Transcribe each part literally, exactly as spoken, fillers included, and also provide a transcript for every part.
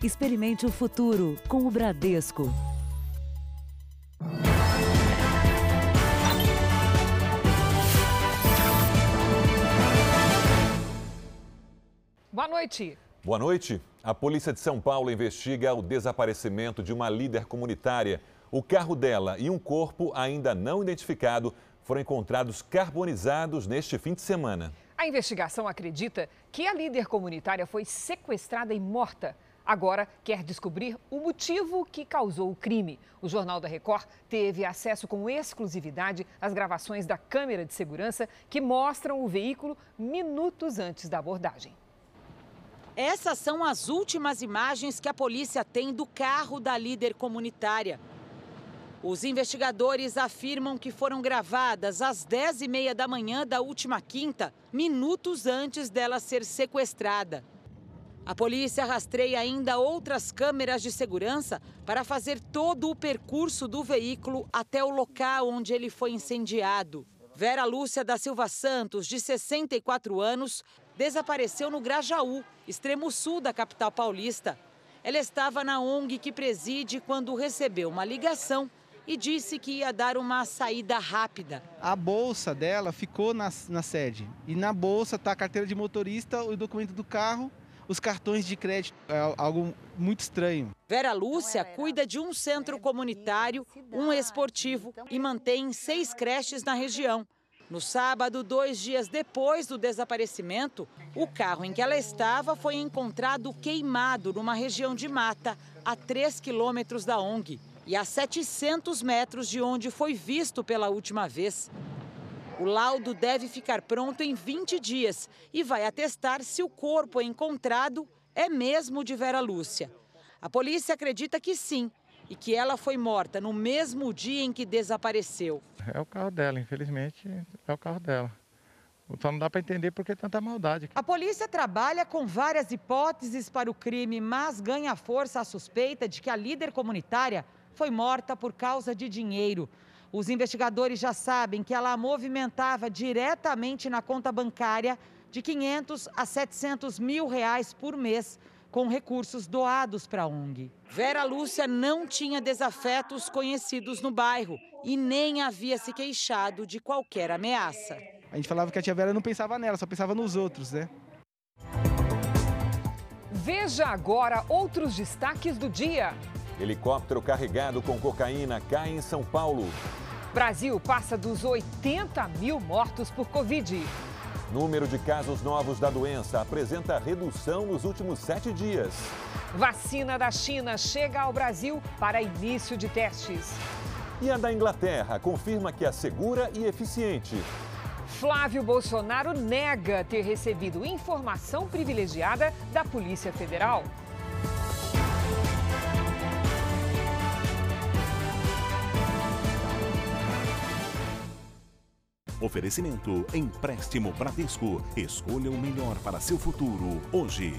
Experimente o futuro com o Bradesco. Boa noite. Boa noite. A polícia de São Paulo investiga o desaparecimento de uma líder comunitária. O carro dela e um corpo ainda não identificado foram encontrados carbonizados neste fim de semana. A investigação acredita que a líder comunitária foi sequestrada e morta. Agora quer descobrir o motivo que causou o crime. O Jornal da Record teve acesso com exclusividade às gravações da câmera de segurança que mostram o veículo minutos antes da abordagem. Essas são as últimas imagens que a polícia tem do carro da líder comunitária. Os investigadores afirmam que foram gravadas às dez e meia da manhã da última quinta, minutos antes dela ser sequestrada. A polícia rastreia ainda outras câmeras de segurança para fazer todo o percurso do veículo até o local onde ele foi incendiado. Vera Lúcia da Silva Santos, de sessenta e quatro anos, desapareceu no Grajaú, extremo sul da capital paulista. Ela estava na O N G que preside quando recebeu uma ligação e disse que ia dar uma saída rápida. A bolsa dela ficou na, na sede e na bolsa está a carteira de motorista, o documento do carro, os cartões de crédito, é algo muito estranho. Vera Lúcia cuida de um centro comunitário, um esportivo e mantém seis creches na região. No sábado, dois dias depois do desaparecimento, o carro em que ela estava foi encontrado queimado numa região de mata, a três quilômetros da O N G e a setecentos metros de onde foi visto pela última vez. O laudo deve ficar pronto em vinte dias e vai atestar se o corpo encontrado é mesmo de Vera Lúcia. A polícia acredita que sim e que ela foi morta no mesmo dia em que desapareceu. É o carro dela, infelizmente, é o carro dela. Só não dá para entender por que tanta maldade. A polícia trabalha com várias hipóteses para o crime, mas ganha força a suspeita de que a líder comunitária foi morta por causa de dinheiro. Os investigadores já sabem que ela movimentava diretamente na conta bancária de quinhentos a setecentos mil reais por mês, com recursos doados para a O N G. Vera Lúcia não tinha desafetos conhecidos no bairro e nem havia se queixado de qualquer ameaça. A gente falava que a tia Vera não pensava nela, só pensava nos outros, né? Veja agora outros destaques do dia. Helicóptero carregado com cocaína cai em São Paulo. Brasil passa dos oitenta mil mortos por Covid. Número de casos novos da doença apresenta redução nos últimos sete dias. Vacina da China chega ao Brasil para início de testes. E a da Inglaterra confirma que é segura e eficiente. Flávio Bolsonaro nega ter recebido informação privilegiada da Polícia Federal. Oferecimento Empréstimo Bradesco. Escolha o melhor para seu futuro hoje.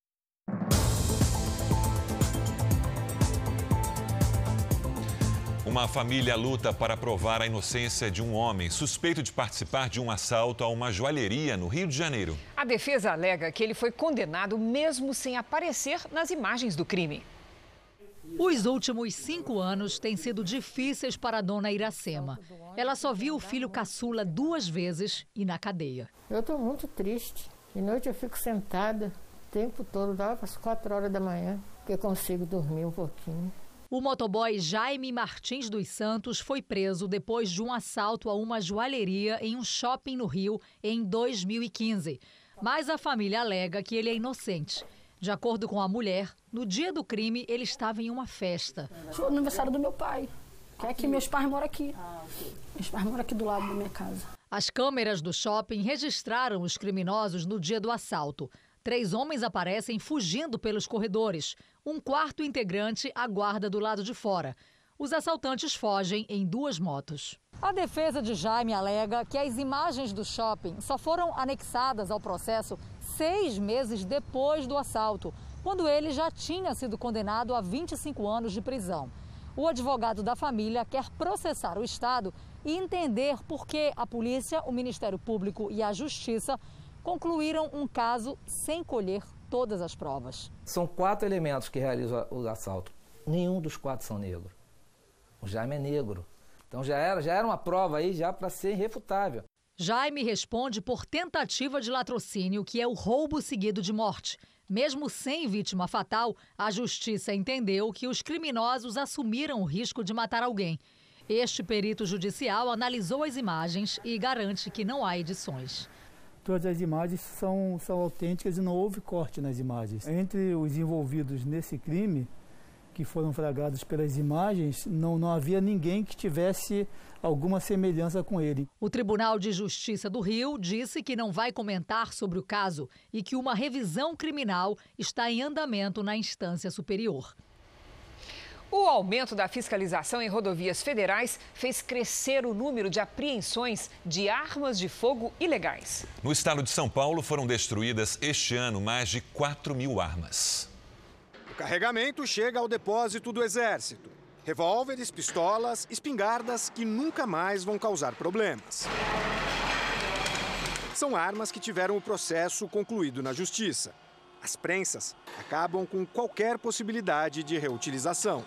Uma família luta para provar a inocência de um homem suspeito de participar de um assalto a uma joalheria no Rio de Janeiro. A defesa alega que ele foi condenado mesmo sem aparecer nas imagens do crime. Os últimos cinco anos têm sido difíceis para a dona Iracema. Ela só viu o filho caçula duas vezes e na cadeia. Eu estou muito triste. De noite eu fico sentada o tempo todo, dá às quatro horas da manhã, que eu consigo dormir um pouquinho. O motoboy Jaime Martins dos Santos foi preso depois de um assalto a uma joalheria em um shopping no Rio em dois mil e quinze. Mas a família alega que ele é inocente. De acordo com a mulher, no dia do crime ele estava em uma festa. Foi o aniversário do meu pai, que é que meus pais moram aqui. Meus pais moram aqui do lado da minha casa. As câmeras do shopping registraram os criminosos no dia do assalto. Três homens aparecem fugindo pelos corredores. Um quarto integrante aguarda do lado de fora. Os assaltantes fogem em duas motos. A defesa de Jaime alega que as imagens do shopping só foram anexadas ao processo seis meses depois do assalto, quando ele já tinha sido condenado a vinte e cinco anos de prisão. O advogado da família quer processar o Estado e entender por que a polícia, o Ministério Público e a Justiça concluíram um caso sem colher todas as provas. São quatro elementos que realizam o assalto. Nenhum dos quatro são negros. O Jaime é negro. Então já era, já era uma prova aí já para ser irrefutável. Jaime responde por tentativa de latrocínio, que é o roubo seguido de morte. Mesmo sem vítima fatal, a justiça entendeu que os criminosos assumiram o risco de matar alguém. Este perito judicial analisou as imagens e garante que não há edições. Todas as imagens são, são autênticas e não houve corte nas imagens. Entre os envolvidos nesse crime, que foram flagrados pelas imagens, não, não havia ninguém que tivesse alguma semelhança com ele. O Tribunal de Justiça do Rio disse que não vai comentar sobre o caso e que uma revisão criminal está em andamento na instância superior. O aumento da fiscalização em rodovias federais fez crescer o número de apreensões de armas de fogo ilegais. No estado de São Paulo foram destruídas este ano mais de quatro mil armas. O carregamento chega ao depósito do Exército. Revólveres, pistolas, espingardas que nunca mais vão causar problemas. São armas que tiveram o processo concluído na Justiça. As prensas acabam com qualquer possibilidade de reutilização.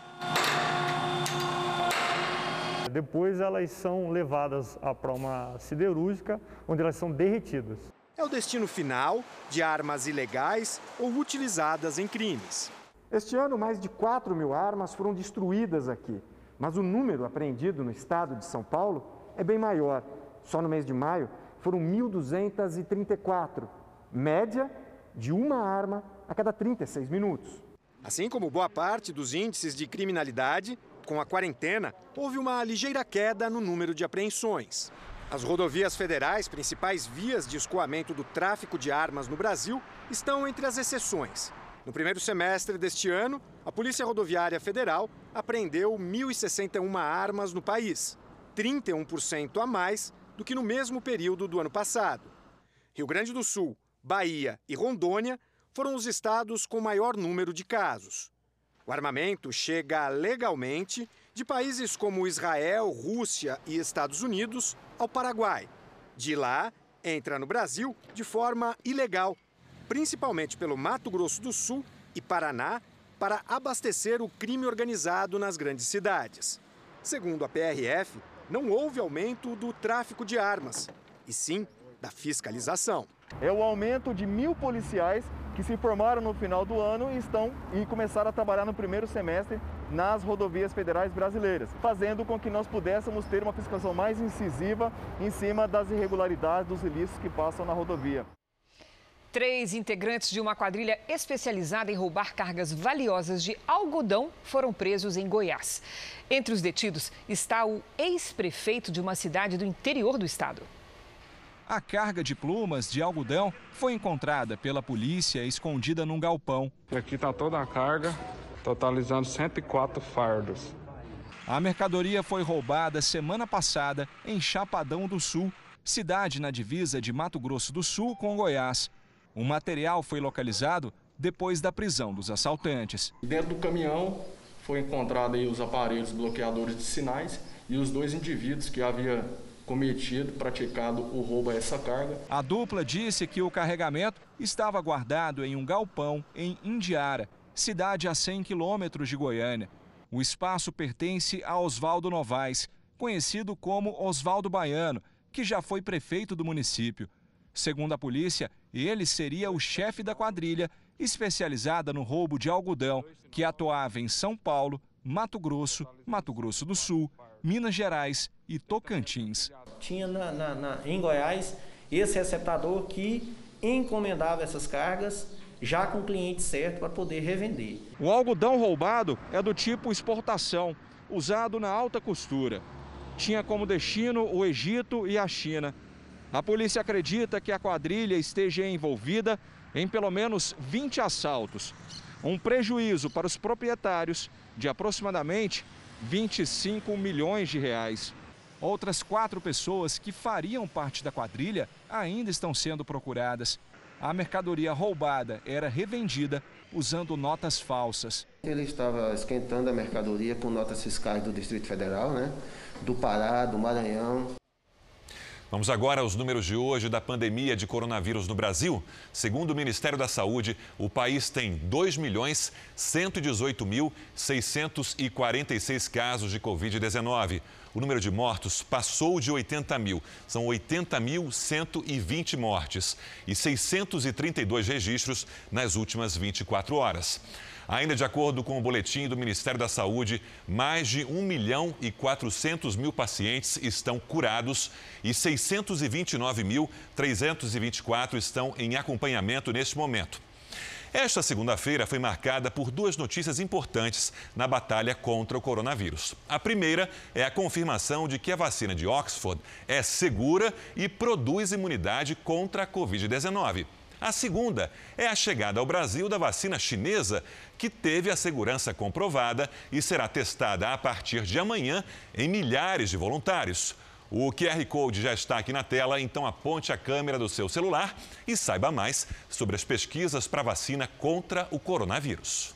Depois elas são levadas para uma siderúrgica, onde elas são derretidas. É o destino final de armas ilegais ou utilizadas em crimes. Este ano, mais de quatro mil armas foram destruídas aqui, mas o número apreendido no estado de São Paulo é bem maior. Só no mês de maio foram mil duzentas e trinta e quatro, média de uma arma a cada trinta e seis minutos. Assim como boa parte dos índices de criminalidade, com a quarentena, houve uma ligeira queda no número de apreensões. As rodovias federais, principais vias de escoamento do tráfico de armas no Brasil, estão entre as exceções. No primeiro semestre deste ano, a Polícia Rodoviária Federal apreendeu mil e sessenta e uma armas no país, trinta e um por cento a mais do que no mesmo período do ano passado. Rio Grande do Sul, Bahia e Rondônia foram os estados com maior número de casos. O armamento chega legalmente de países como Israel, Rússia e Estados Unidos ao Paraguai. De lá, entra no Brasil de forma ilegal, principalmente pelo Mato Grosso do Sul e Paraná, para abastecer o crime organizado nas grandes cidades. Segundo a P R F, não houve aumento do tráfico de armas, e sim da fiscalização. É o aumento de mil policiais que se formaram no final do ano e estão e começaram a trabalhar no primeiro semestre nas rodovias federais brasileiras, fazendo com que nós pudéssemos ter uma fiscalização mais incisiva em cima das irregularidades, dos ilícitos que passam na rodovia. Três integrantes de uma quadrilha especializada em roubar cargas valiosas de algodão foram presos em Goiás. Entre os detidos está o ex-prefeito de uma cidade do interior do estado. A carga de plumas de algodão foi encontrada pela polícia escondida num galpão. Aqui está toda a carga, totalizando cento e quatro fardos. A mercadoria foi roubada semana passada em Chapadão do Sul, cidade na divisa de Mato Grosso do Sul com Goiás. O material foi localizado depois da prisão dos assaltantes. Dentro do caminhão foi encontrado aí os aparelhos bloqueadores de sinais e os dois indivíduos que havia cometido, praticado o roubo a essa carga. A dupla disse que o carregamento estava guardado em um galpão em Indiara, cidade a cem quilômetros de Goiânia. O espaço pertence a Oswaldo Novaes, conhecido como Oswaldo Baiano, que já foi prefeito do município. Segundo a polícia, ele seria o chefe da quadrilha especializada no roubo de algodão, que atuava em São Paulo, Mato Grosso, Mato Grosso do Sul, Minas Gerais e Tocantins. Tinha na, na, na, em Goiás esse receptador que encomendava essas cargas já com o cliente certo para poder revender. O algodão roubado é do tipo exportação, usado na alta costura. Tinha como destino o Egito e a China. A polícia acredita que a quadrilha esteja envolvida em pelo menos vinte assaltos. Um prejuízo para os proprietários de aproximadamente vinte e cinco milhões de reais. Outras quatro pessoas que fariam parte da quadrilha ainda estão sendo procuradas. A mercadoria roubada era revendida usando notas falsas. Ele estava esquentando a mercadoria com notas fiscais do Distrito Federal, né? Do Pará, do Maranhão. Vamos agora aos números de hoje da pandemia de coronavírus no Brasil. Segundo o Ministério da Saúde, o país tem dois milhões cento e dezoito mil seiscentos e quarenta e seis casos de covid dezenove. O número de mortos passou de oitenta mil. São oitenta mil cento e vinte mortes e seiscentos e trinta e dois registros nas últimas vinte e quatro horas. Ainda de acordo com o boletim do Ministério da Saúde, mais de um milhão e quatrocentos mil pacientes estão curados e seiscentos e vinte e nove mil trezentos e vinte e quatro estão em acompanhamento neste momento. Esta segunda-feira foi marcada por duas notícias importantes na batalha contra o coronavírus. A primeira é a confirmação de que a vacina de Oxford é segura e produz imunidade contra a covid dezenove. A segunda é a chegada ao Brasil da vacina chinesa, que teve a segurança comprovada e será testada a partir de amanhã em milhares de voluntários. O Q R Code já está aqui na tela, então aponte a câmera do seu celular e saiba mais sobre as pesquisas para a vacina contra o coronavírus.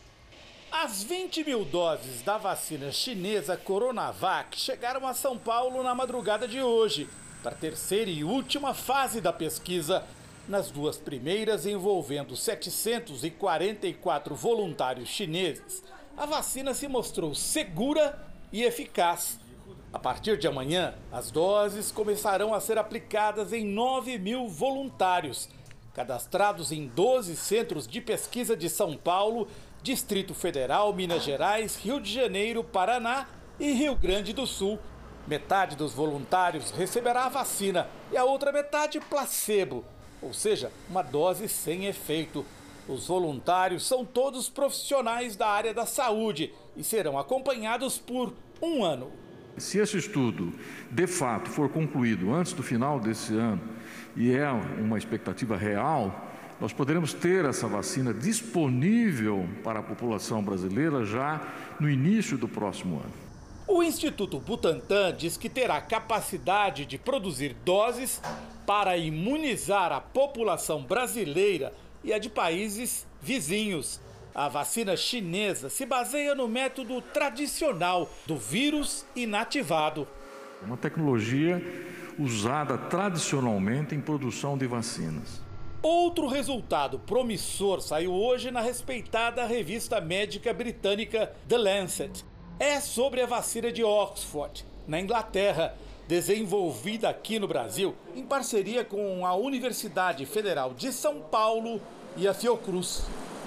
As vinte mil doses da vacina chinesa Coronavac chegaram a São Paulo na madrugada de hoje, para a terceira e última fase da pesquisa. Nas duas primeiras, envolvendo setecentos e quarenta e quatro voluntários chineses, a vacina se mostrou segura e eficaz. A partir de amanhã, as doses começarão a ser aplicadas em nove mil voluntários, cadastrados em doze centros de pesquisa de São Paulo, Distrito Federal, Minas Gerais, Rio de Janeiro, Paraná e Rio Grande do Sul. Metade dos voluntários receberá a vacina e a outra metade placebo, ou seja, uma dose sem efeito. Os voluntários são todos profissionais da área da saúde e serão acompanhados por um ano. Se esse estudo, de fato, for concluído antes do final desse ano, e é uma expectativa real, nós poderemos ter essa vacina disponível para a população brasileira já no início do próximo ano. O Instituto Butantan diz que terá capacidade de produzir doses para imunizar a população brasileira e a de países vizinhos. A vacina chinesa se baseia no método tradicional do vírus inativado. Uma tecnologia usada tradicionalmente em produção de vacinas. Outro resultado promissor saiu hoje na respeitada revista médica britânica The Lancet. É sobre a vacina de Oxford, na Inglaterra, desenvolvida aqui no Brasil em parceria com a Universidade Federal de São Paulo e a Fiocruz.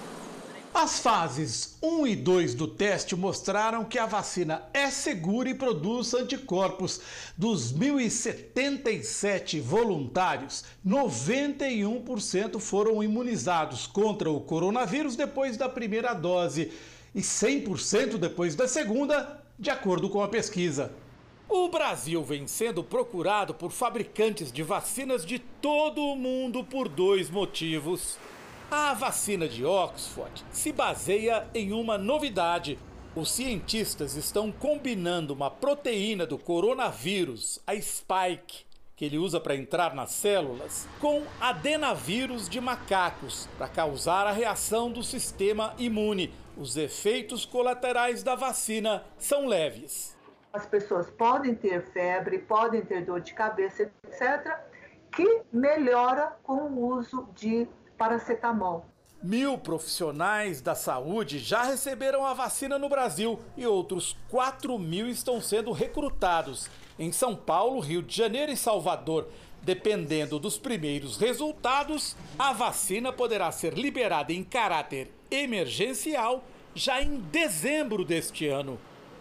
As fases um e dois do teste mostraram que a vacina é segura e produz anticorpos. Dos mil e setenta e sete voluntários, noventa e um por cento foram imunizados contra o coronavírus depois da primeira dose e cem por cento depois da segunda, de acordo com a pesquisa. O Brasil vem sendo procurado por fabricantes de vacinas de todo o mundo por dois motivos. A vacina de Oxford se baseia em uma novidade. Os cientistas estão combinando uma proteína do coronavírus, a Spike, que ele usa para entrar nas células, com adenavírus de macacos, para causar a reação do sistema imune. Os efeitos colaterais da vacina são leves. As pessoas podem ter febre, podem ter dor de cabeça, etcétera, que melhora com o uso de paracetamol. Mil profissionais da saúde já receberam a vacina no Brasil e outros quatro mil estão sendo recrutados em São Paulo, Rio de Janeiro e Salvador. Dependendo dos primeiros resultados, a vacina poderá ser liberada em caráter emergencial já em dezembro deste ano.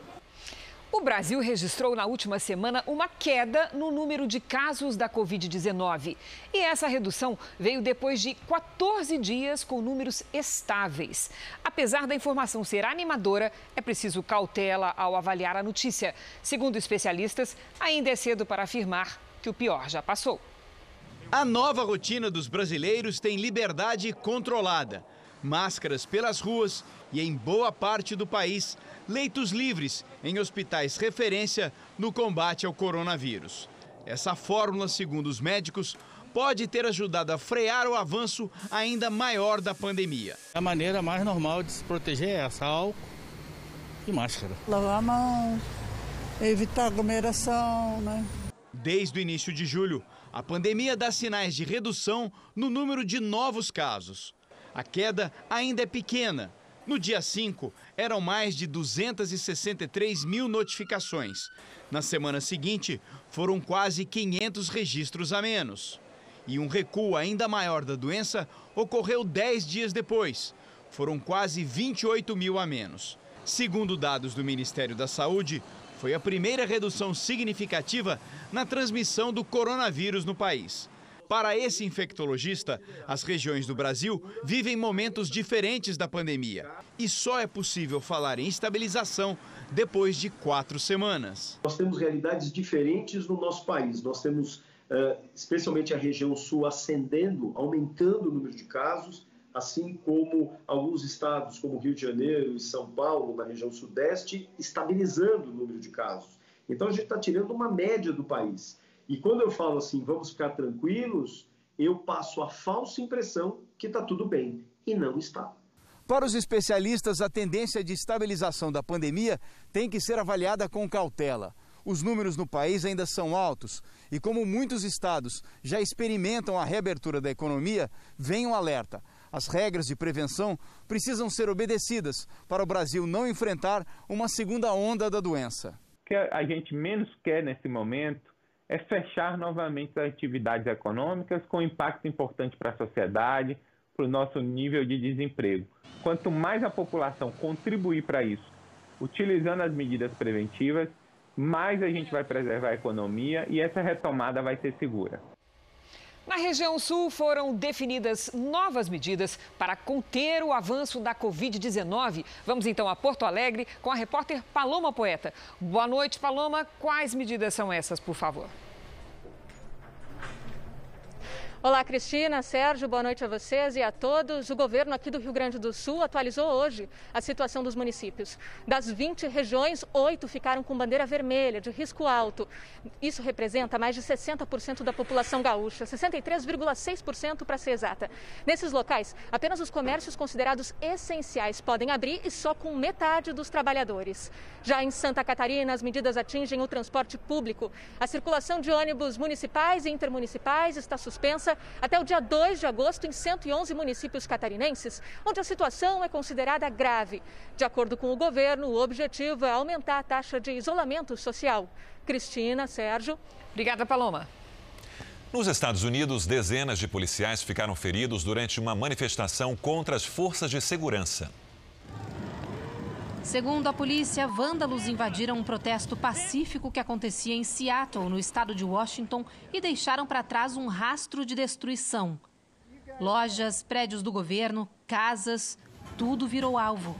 O Brasil registrou na última semana uma queda no número de casos da covid dezenove. E essa redução veio depois de quatorze dias com números estáveis. Apesar da informação ser animadora, é preciso cautela ao avaliar a notícia. Segundo especialistas, ainda é cedo para afirmar que o pior já passou. A nova rotina dos brasileiros tem liberdade controlada. Máscaras pelas ruas e, em boa parte do país, leitos livres em hospitais referência no combate ao coronavírus. Essa fórmula, segundo os médicos, pode ter ajudado a frear o avanço ainda maior da pandemia. A maneira mais normal de se proteger é essa, álcool e máscara. Lavar a mão, evitar aglomeração, né? Desde o início de julho, a pandemia dá sinais de redução no número de novos casos. A queda ainda é pequena. No dia cinco, eram mais de duzentas e sessenta e três mil notificações. Na semana seguinte, foram quase quinhentos registros a menos. E um recuo ainda maior da doença ocorreu dez dias depois. Foram quase vinte e oito mil a menos. Segundo dados do Ministério da Saúde, foi a primeira redução significativa na transmissão do coronavírus no país. Para esse infectologista, as regiões do Brasil vivem momentos diferentes da pandemia. E só é possível falar em estabilização depois de quatro semanas. Nós temos realidades diferentes no nosso país. Nós temos, uh, especialmente a região sul, ascendendo, aumentando o número de casos, assim como alguns estados, como Rio de Janeiro e São Paulo, na região sudeste, estabilizando o número de casos. Então, a gente está tirando uma média do país. E quando eu falo assim, vamos ficar tranquilos, eu passo a falsa impressão que está tudo bem, e não está. Para os especialistas, a tendência de estabilização da pandemia tem que ser avaliada com cautela. Os números no país ainda são altos e, como muitos estados já experimentam a reabertura da economia, vem um alerta. As regras de prevenção precisam ser obedecidas para o Brasil não enfrentar uma segunda onda da doença. O que a gente menos quer nesse momento é fechar novamente as atividades econômicas com impacto importante para a sociedade, para o nosso nível de desemprego. Quanto mais a população contribuir para isso, utilizando as medidas preventivas, mais a gente vai preservar a economia e essa retomada vai ser segura. Na região sul foram definidas novas medidas para conter o avanço da covid dezenove. Vamos então a Porto Alegre com a repórter Paloma Poeta. Boa noite, Paloma. Quais medidas são essas, por favor? Olá, Cristina, Sérgio, boa noite a vocês e a todos. O governo aqui do Rio Grande do Sul atualizou hoje a situação dos municípios. Das vinte regiões, oito ficaram com bandeira vermelha, de risco alto. Isso representa mais de sessenta por cento da população gaúcha, sessenta e três vírgula seis por cento para ser exata. Nesses locais, apenas os comércios considerados essenciais podem abrir e só com metade dos trabalhadores. Já em Santa Catarina, as medidas atingem o transporte público. A circulação de ônibus municipais e intermunicipais está suspensa até o dia dois de agosto em cento e onze municípios catarinenses, onde a situação é considerada grave. De acordo com o governo, o objetivo é aumentar a taxa de isolamento social. Cristina, Sérgio. Obrigada, Paloma. Nos Estados Unidos, dezenas de policiais ficaram feridos durante uma manifestação contra as forças de segurança. Segundo a polícia, vândalos invadiram um protesto pacífico que acontecia em Seattle, no estado de Washington, e deixaram para trás um rastro de destruição. Lojas, prédios do governo, casas, tudo virou alvo.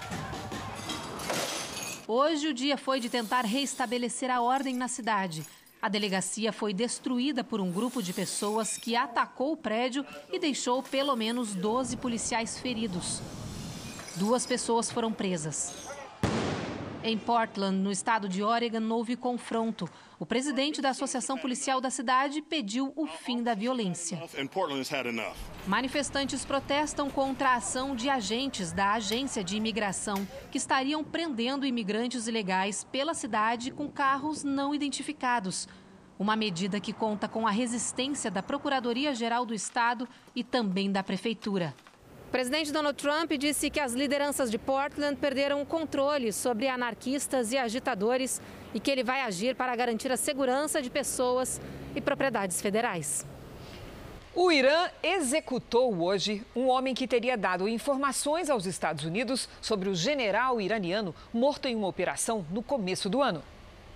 Hoje o dia foi de tentar reestabelecer a ordem na cidade. A delegacia foi destruída por um grupo de pessoas que atacou o prédio e deixou pelo menos doze policiais feridos. Duas pessoas foram presas. Em Portland, no estado de Oregon, houve confronto. O presidente da Associação Policial da cidade pediu o fim da violência. Manifestantes protestam contra a ação de agentes da Agência de Imigração, que estariam prendendo imigrantes ilegais pela cidade com carros não identificados. Uma medida que conta com a resistência da Procuradoria-Geral do Estado e também da Prefeitura. O presidente Donald Trump disse que as lideranças de Portland perderam o controle sobre anarquistas e agitadores e que ele vai agir para garantir a segurança de pessoas e propriedades federais. O Irã executou hoje um homem que teria dado informações aos Estados Unidos sobre o general iraniano morto em uma operação no começo do ano.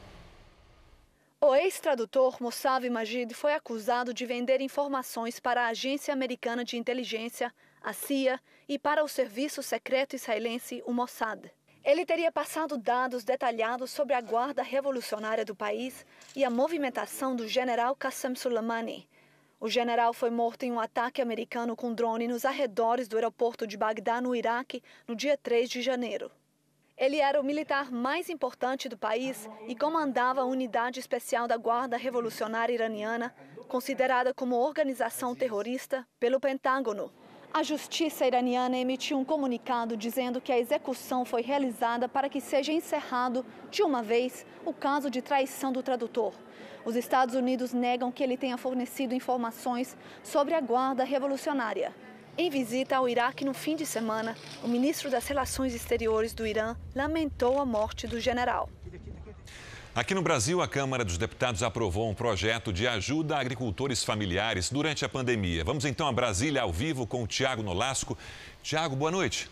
O ex-tradutor Mossavi Majid foi acusado de vender informações para a Agência Americana de Inteligência, a C I A, e para o Serviço Secreto Israelense, o Mossad. Ele teria passado dados detalhados sobre a Guarda Revolucionária do país e a movimentação do general Qassem Soleimani. O general foi morto em um ataque americano com drone nos arredores do aeroporto de Bagdá, no Iraque, no dia três de janeiro. Ele era o militar mais importante do país e comandava a unidade especial da Guarda Revolucionária Iraniana, considerada como organização terrorista pelo Pentágono. A justiça iraniana emitiu um comunicado dizendo que a execução foi realizada para que seja encerrado, de uma vez, o caso de traição do tradutor. Os Estados Unidos negam que ele tenha fornecido informações sobre a Guarda Revolucionária. Em visita ao Iraque no fim de semana, o ministro das Relações Exteriores do Irã lamentou a morte do general. Aqui no Brasil, a Câmara dos Deputados aprovou um projeto de ajuda a agricultores familiares durante a pandemia. Vamos então a Brasília, ao vivo, com o Tiago Nolasco. Tiago, boa noite.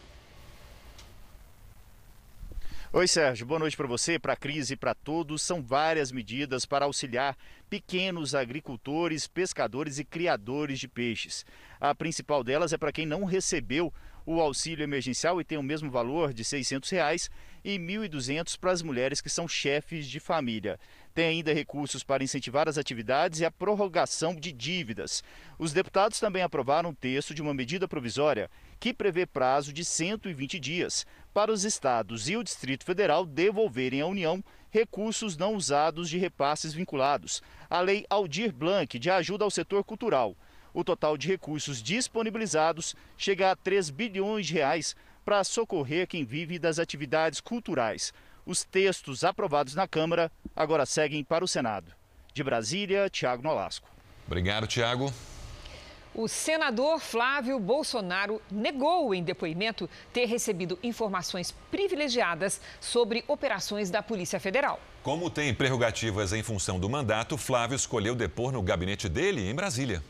Oi, Sérgio. Boa noite para você, para a Cris e para todos. São várias medidas para auxiliar pequenos agricultores, pescadores e criadores de peixes. A principal delas é para quem não recebeu o auxílio emergencial e tem o mesmo valor de seiscentos reais e mil e duzentos para as mulheres que são chefes de família. Tem ainda recursos para incentivar as atividades e a prorrogação de dívidas. Os deputados também aprovaram um texto de uma medida provisória que prevê prazo de cento e vinte dias para os estados e o Distrito Federal devolverem à União recursos não usados de repasses vinculados à Lei Aldir Blanc de ajuda ao setor cultural. O total de recursos disponibilizados chega a três bilhões de reais para socorrer quem vive das atividades culturais. Os textos aprovados na Câmara agora seguem para o Senado. De Brasília, Tiago Nolasco. Obrigado, Tiago. O senador Flávio Bolsonaro negou em depoimento ter recebido informações privilegiadas sobre operações da Polícia Federal. Como tem prerrogativas em função do mandato, Flávio escolheu depor no gabinete dele em Brasília.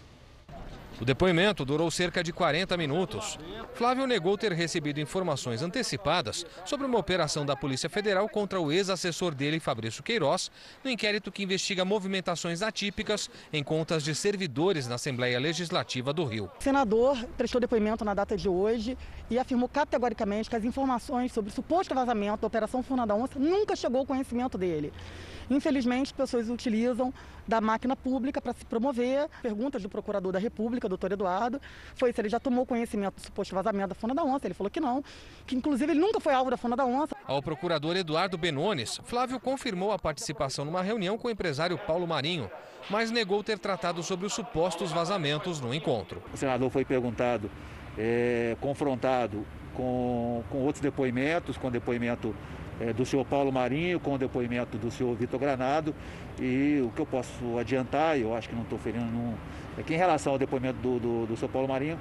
O depoimento durou cerca de quarenta minutos. Flávio negou ter recebido informações antecipadas sobre uma operação da Polícia Federal contra o ex-assessor dele, Fabrício Queiroz, no inquérito que investiga movimentações atípicas em contas de servidores na Assembleia Legislativa do Rio. O senador prestou depoimento na data de hoje e afirmou categoricamente que as informações sobre o suposto vazamento da Operação Furna da Onça nunca chegou ao conhecimento dele. Infelizmente, pessoas utilizam da máquina pública para se promover. Perguntas do procurador da República, doutor Eduardo, foi se ele já tomou conhecimento do suposto vazamento da Furna da Onça. Ele falou que não, que inclusive ele nunca foi alvo da Furna da Onça. Ao procurador Eduardo Benones, Flávio confirmou a participação numa reunião com o empresário Paulo Marinho, mas negou ter tratado sobre os supostos vazamentos no encontro. O senador foi perguntado, é, confrontado com, com outros depoimentos, com depoimento é, do senhor Paulo Marinho, com o depoimento do senhor Vitor Granado, e o que eu posso adiantar, eu acho que não estou ferindo, não, é que em relação ao depoimento do, do, do senhor Paulo Marinho,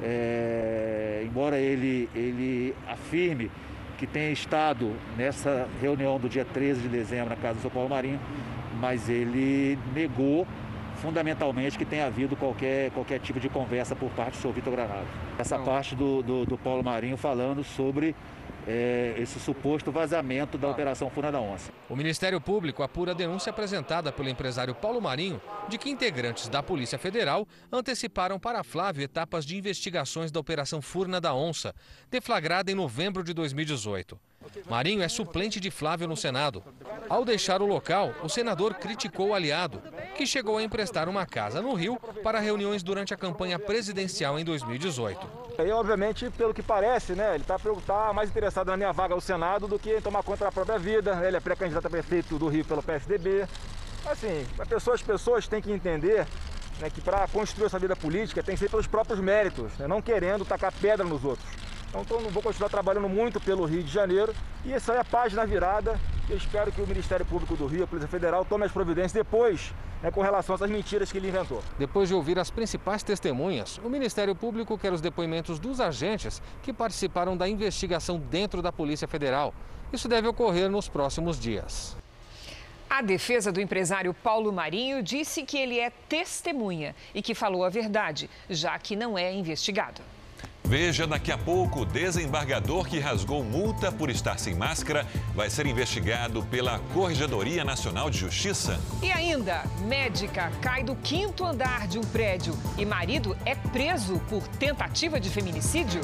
é, embora ele, ele afirme que tenha estado nessa reunião do dia treze de dezembro na casa do senhor Paulo Marinho, mas ele negou fundamentalmente que tenha havido qualquer, qualquer tipo de conversa por parte do senhor Vitor Granado. Essa parte do, do, do Paulo Marinho falando sobre é, esse suposto vazamento da Operação Furna da Onça. O Ministério Público apura a denúncia apresentada pelo empresário Paulo Marinho de que integrantes da Polícia Federal anteciparam para Flávio etapas de investigações da Operação Furna da Onça, deflagrada em novembro de dois mil e dezoito. Marinho é suplente de Flávio no Senado. Ao deixar o local, o senador criticou o aliado, que chegou a emprestar uma casa no Rio para reuniões durante a campanha presidencial em dois mil e dezoito. E, obviamente, pelo que parece, né, ele está tá mais interessado na minha vaga ao Senado do que em tomar conta da própria vida. Ele é pré-candidato a prefeito do Rio pelo P S D B. Assim, as pessoas, as pessoas têm que entender, né, que para construir essa vida política tem que ser pelos próprios méritos, né, não querendo tacar pedra nos outros. Então, vou continuar trabalhando muito pelo Rio de Janeiro e essa é a página virada. Eu espero que o Ministério Público do Rio, a Polícia Federal, tome as providências depois, né, com relação a essas mentiras que ele inventou. Depois de ouvir as principais testemunhas, o Ministério Público quer os depoimentos dos agentes que participaram da investigação dentro da Polícia Federal. Isso deve ocorrer nos próximos dias. A defesa do empresário Paulo Marinho disse que ele é testemunha e que falou a verdade, já que não é investigado. Veja daqui a pouco, o desembargador que rasgou multa por estar sem máscara vai ser investigado pela Corregedoria Nacional de Justiça. E ainda, médica cai do quinto andar de um prédio e marido é preso por tentativa de feminicídio.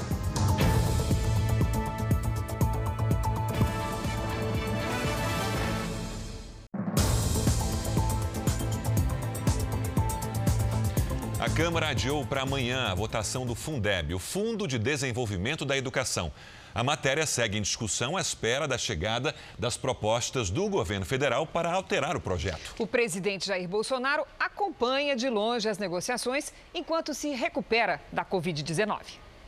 A Câmara adiou para amanhã a votação do Fundeb, o Fundo de Desenvolvimento da Educação. A matéria segue em discussão à espera da chegada das propostas do governo federal para alterar o projeto. O presidente Jair Bolsonaro acompanha de longe as negociações enquanto se recupera da Covid dezenove.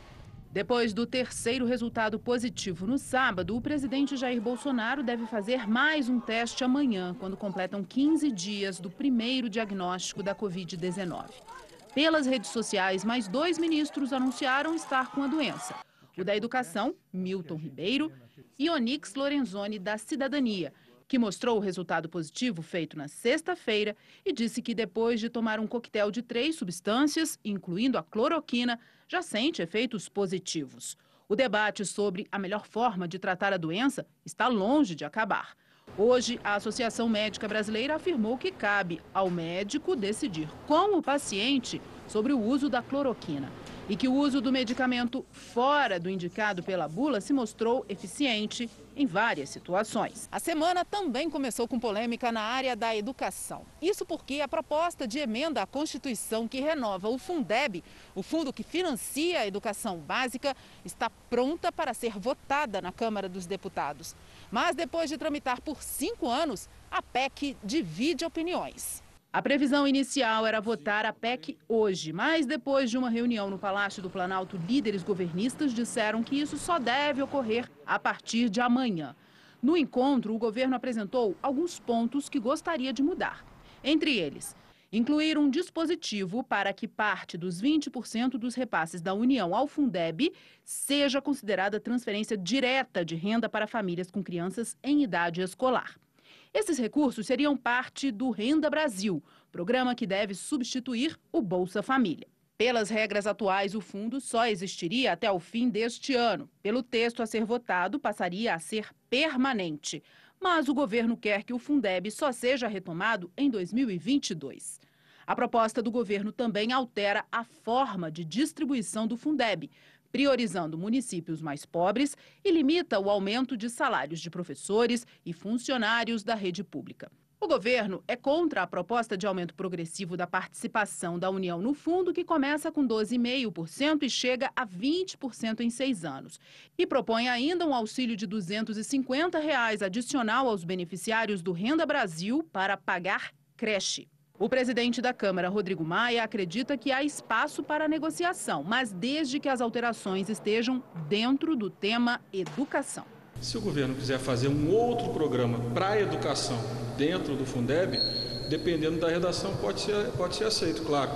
Depois do terceiro resultado positivo no sábado, o presidente Jair Bolsonaro deve fazer mais um teste amanhã, quando completam quinze dias do primeiro diagnóstico da covid dezenove. Pelas redes sociais, mais dois ministros anunciaram estar com a doença. O da Educação, Milton Ribeiro, e Onyx Lorenzoni, da Cidadania, que mostrou o resultado positivo feito na sexta-feira e disse que depois de tomar um coquetel de três substâncias, incluindo a cloroquina, já sente efeitos positivos. O debate sobre a melhor forma de tratar a doença está longe de acabar. Hoje, a Associação Médica Brasileira afirmou que cabe ao médico decidir com o paciente sobre o uso da cloroquina e que o uso do medicamento fora do indicado pela bula se mostrou eficiente em várias situações. A semana também começou com polêmica na área da educação. Isso porque a proposta de emenda à Constituição que renova o Fundeb, o fundo que financia a educação básica, está pronta para ser votada na Câmara dos Deputados. Mas depois de tramitar por cinco anos, a P E C divide opiniões. A previsão inicial era votar a P E C hoje, mas depois de uma reunião no Palácio do Planalto, líderes governistas disseram que isso só deve ocorrer a partir de amanhã. No encontro, o governo apresentou alguns pontos que gostaria de mudar. Entre eles, incluir um dispositivo para que parte dos vinte por cento dos repasses da União ao Fundeb seja considerada transferência direta de renda para famílias com crianças em idade escolar. Esses recursos seriam parte do Renda Brasil, programa que deve substituir o Bolsa Família. Pelas regras atuais, o fundo só existiria até o fim deste ano. Pelo texto a ser votado, passaria a ser permanente. Mas o governo quer que o Fundeb só seja retomado em dois mil e vinte e dois. A proposta do governo também altera a forma de distribuição do Fundeb, priorizando municípios mais pobres e limita o aumento de salários de professores e funcionários da rede pública. O governo é contra a proposta de aumento progressivo da participação da União no fundo, que começa com doze vírgula cinco por cento e chega a vinte por cento em seis anos. E propõe ainda um auxílio de duzentos e cinquenta reais adicional aos beneficiários do Renda Brasil para pagar creche. O presidente da Câmara, Rodrigo Maia, acredita que há espaço para negociação, mas desde que as alterações estejam dentro do tema educação. Se o governo quiser fazer um outro programa para a educação dentro do Fundeb, dependendo da redação, pode ser, pode ser aceito, claro.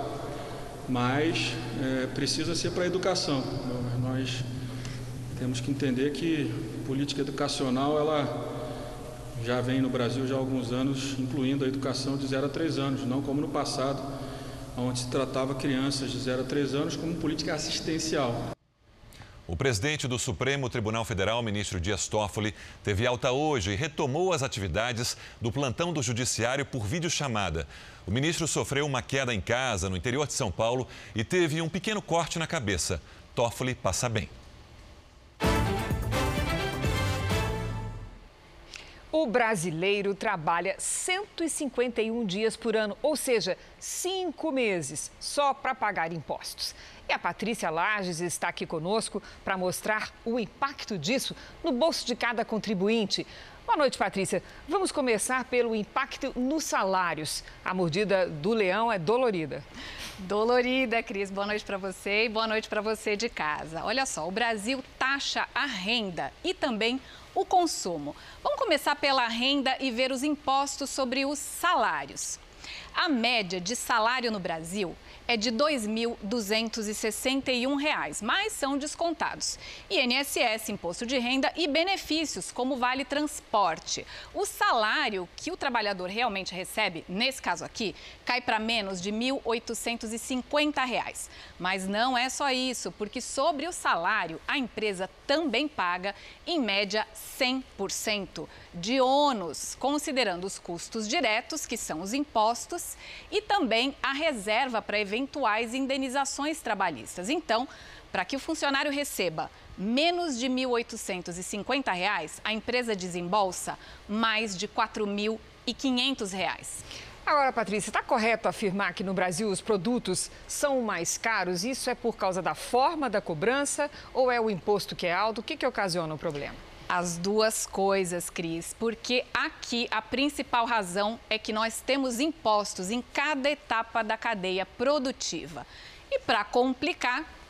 Mas é, precisa ser para a educação. Nós temos que entender que política educacional, ela já vem no Brasil já há alguns anos, incluindo a educação de zero a três anos, não como no passado, onde se tratava crianças de zero a três anos como política assistencial. O presidente do Supremo Tribunal Federal, ministro Dias Toffoli, teve alta hoje e retomou as atividades do plantão do Judiciário por videochamada. O ministro sofreu uma queda em casa, no interior de São Paulo, e teve um pequeno corte na cabeça. Toffoli passa bem. O brasileiro trabalha cento e cinquenta e um dias por ano, ou seja, cinco meses, só para pagar impostos. E a Patrícia Lages está aqui conosco para mostrar o impacto disso no bolso de cada contribuinte. Boa noite, Patrícia. Vamos começar pelo impacto nos salários. A mordida do leão é dolorida. Dolorida, Cris. Boa noite para você e boa noite para você de casa. Olha só, o Brasil taxa a renda e também o consumo. Vamos começar pela renda e ver os impostos sobre os salários. A média de salário no Brasil é de dois mil duzentos e sessenta e um reais, mas são descontados I N S S, imposto de renda e benefícios, como vale transporte. O salário que o trabalhador realmente recebe, nesse caso aqui, cai para menos de mil oitocentos e cinquenta reais. Mas não é só isso, porque sobre o salário, a empresa também paga, em média, cem por cento de ônus, considerando os custos diretos, que são os impostos, e também a reserva para eventuais indenizações trabalhistas. Então, para que o funcionário receba menos de mil oitocentos e cinquenta reais, a empresa desembolsa mais de quatro mil e quinhentos reais. Agora, Patrícia, está correto afirmar que no Brasil os produtos são mais caros? Isso é por causa da forma da cobrança ou é o imposto que é alto? O que que ocasiona o problema? As duas coisas, Cris, porque aqui a principal razão é que nós temos impostos em cada etapa da cadeia produtiva. E para complicar,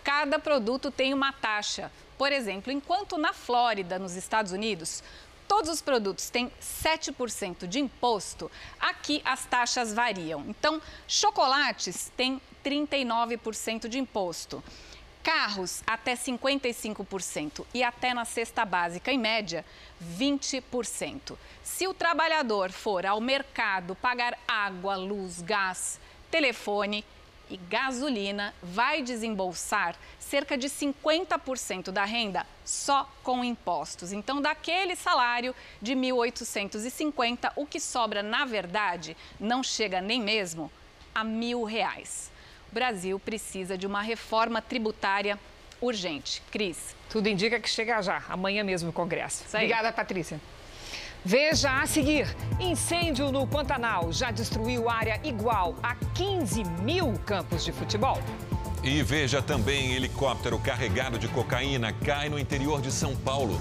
cada produto tem uma taxa. Por exemplo, enquanto na Flórida, nos Estados Unidos, todos os produtos têm sete por cento de imposto, aqui as taxas variam. Então, chocolates têm trinta e nove por cento de imposto. Carros, até cinquenta e cinco por cento e até na cesta básica, em média, vinte por cento. Se o trabalhador for ao mercado pagar água, luz, gás, telefone e gasolina, vai desembolsar cerca de cinquenta por cento da renda só com impostos. Então, daquele salário de mil oitocentos e cinquenta, o que sobra, na verdade, não chega nem mesmo a mil reais. O Brasil precisa de uma reforma tributária urgente. Cris. Tudo indica que chega já, amanhã mesmo no Congresso. Obrigada, Patrícia. Veja a seguir, incêndio no Pantanal já destruiu área igual a quinze mil campos de futebol. E veja também, helicóptero carregado de cocaína cai no interior de São Paulo.